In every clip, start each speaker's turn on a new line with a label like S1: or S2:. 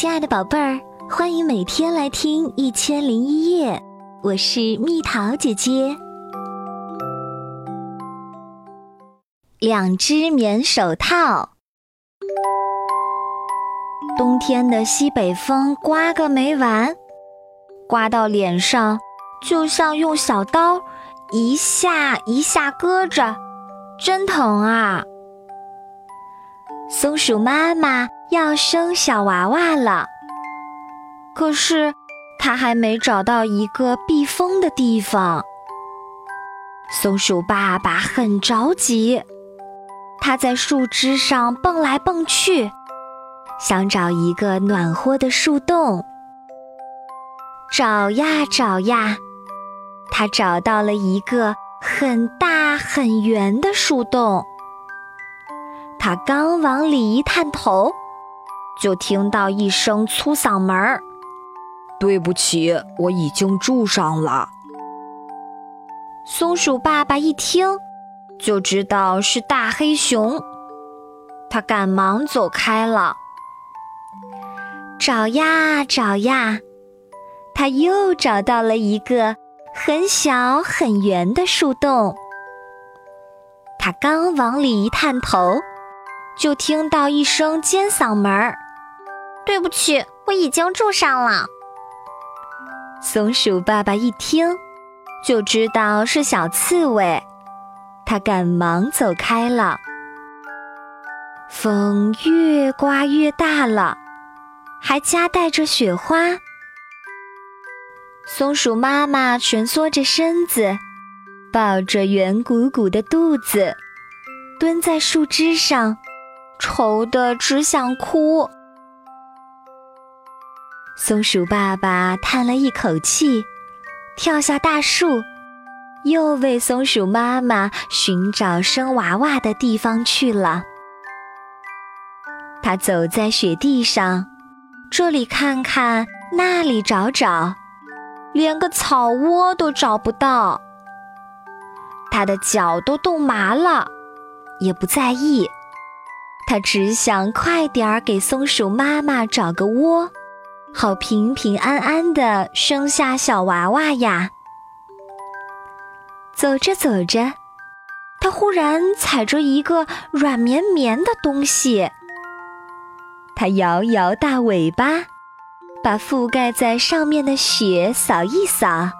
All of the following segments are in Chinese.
S1: 亲爱的宝贝儿，欢迎每天来听1001夜，我是蜜桃姐姐。2只棉手套。冬天的西北风刮个没完，刮到脸上就像用小刀一下一下割着，真疼啊！松鼠妈妈要生小娃娃了，可是她还没找到一个避风的地方。松鼠爸爸很着急，他在树枝上蹦来蹦去，想找一个暖和的树洞。找呀找呀，他找到了一个很大很圆的树洞。他刚往里一探头，就听到一声粗嗓门：
S2: 对不起，我已经住上了。
S1: 松鼠爸爸一听就知道是大黑熊，他赶忙走开了。找呀找呀，他又找到了一个很小很圆的树洞。他刚往里一探头，就听到一声尖嗓门：对不起，我已经住上了。松鼠爸爸一听就知道是小刺猬，他赶忙走开了。风越刮越大了，还夹带着雪花。松鼠妈妈蜷缩着身子，抱着圆鼓鼓的肚子，蹲在树枝上，愁得只想哭。松鼠爸爸叹了一口气，跳下大树，又为松鼠妈妈寻找生娃娃的地方去了。他走在雪地上，这里看看，那里找找，连个草窝都找不到。他的脚都冻麻了，也不在意，他只想快点儿给松鼠妈妈找个窝，好平平安安地生下小娃娃呀。走着走着，他忽然踩着一个软绵绵的东西，他摇摇大尾巴，把覆盖在上面的雪扫一扫，啊，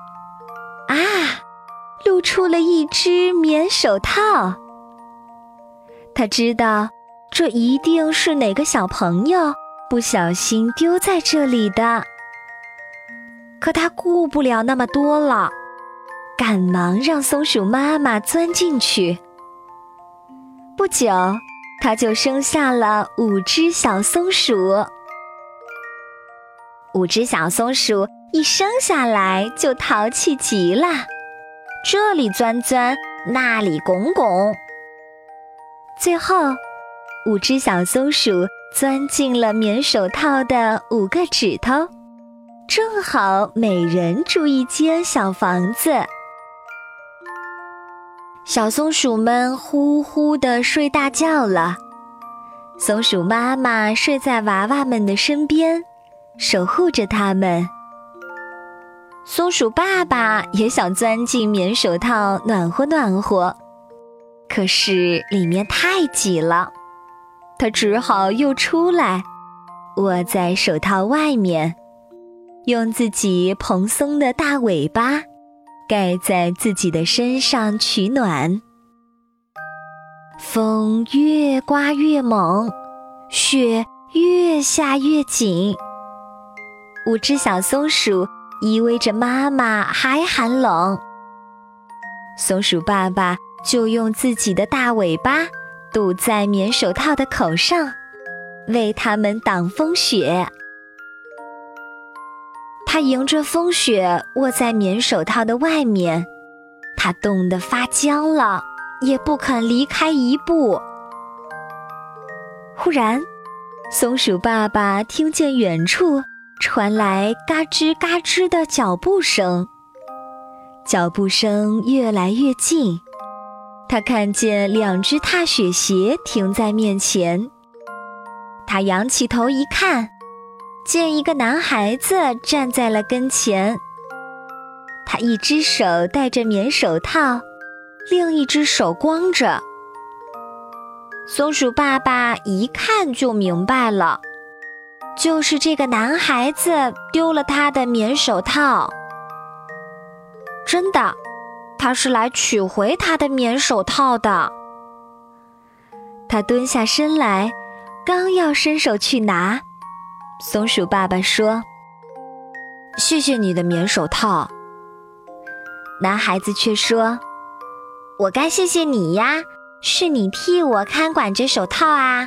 S1: 露出了一只棉手套。他知道这一定是哪个小朋友不小心丢在这里的，可他顾不了那么多了，赶忙让松鼠妈妈钻进去。不久，他就生下了5只小松鼠。5只小松鼠一生下来就淘气极了，这里钻钻，那里拱拱。最后，5只小松鼠钻进了棉手套的5个指头，正好每人住一间小房子。小松鼠们呼呼地睡大觉了，松鼠妈妈睡在娃娃们的身边，守护着它们。松鼠爸爸也想钻进棉手套暖和暖和，可是里面太挤了，他只好又出来，窝在手套外面，用自己蓬松的大尾巴盖在自己的身上取暖。风越刮越猛，雪越下越紧。5只小松鼠依偎着妈妈还寒冷，松鼠爸爸就用自己的大尾巴堵在棉手套的口上，为它们挡风雪。他迎着风雪卧在棉手套的外面，他冻得发僵了，也不肯离开一步。忽然，松鼠爸爸听见远处传来嘎吱嘎吱的脚步声，脚步声越来越近，他看见2只踏雪鞋停在面前。他仰起头一看， 见一个男孩子站在了跟前，他一只手戴着棉手套，另一只手光着。松鼠爸爸一看就明白了，就是这个男孩子丢了他的棉手套。真的，他是来取回他的棉手套的。他蹲下身来，刚要伸手去拿，松鼠爸爸说：“
S2: 谢谢你的棉手套。”
S1: 男孩子却说：“我该谢谢你呀，是你替我看管这手套啊。”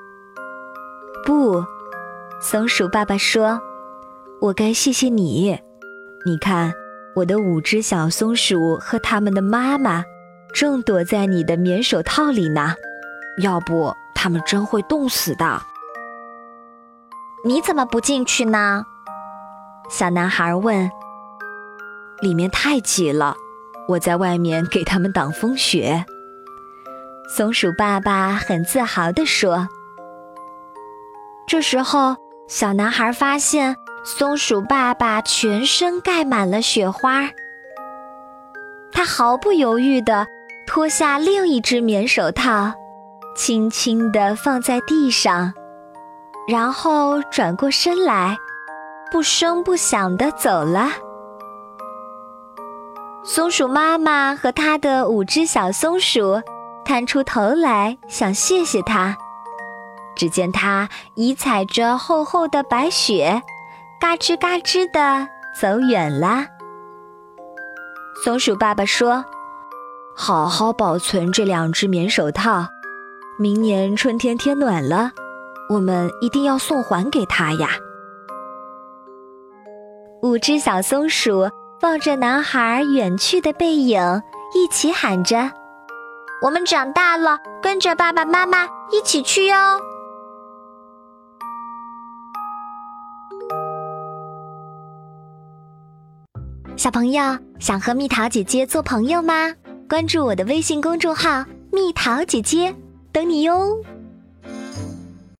S2: 不，松鼠爸爸说：“我该谢谢你。你看，我的5只小松鼠和它们的妈妈正躲在你的棉手套里呢，要不它们真会冻死的。”
S1: 你怎么不进去呢？小男孩问。
S2: 里面太挤了，我在外面给它们挡风雪。
S1: 松鼠爸爸很自豪地说。这时候，小男孩发现松鼠爸爸全身盖满了雪花，他毫不犹豫地脱下另一只棉手套，轻轻地放在地上，然后转过身来，不声不响地走了。松鼠妈妈和她的5只小松鼠探出头来想谢谢她，只见她已踩着厚厚的白雪，嘎吱嘎吱地走远了。松鼠爸爸说：“
S2: 好好保存这2只棉手套，明年春天天暖了，我们一定要送还给他呀。
S1: ”5只小松鼠望着男孩远去的背影，一起喊着：“我们长大了，跟着爸爸妈妈一起去哟！”小朋友，想和蜜桃姐姐做朋友吗？关注我的微信公众号“蜜桃姐姐”，等你哟。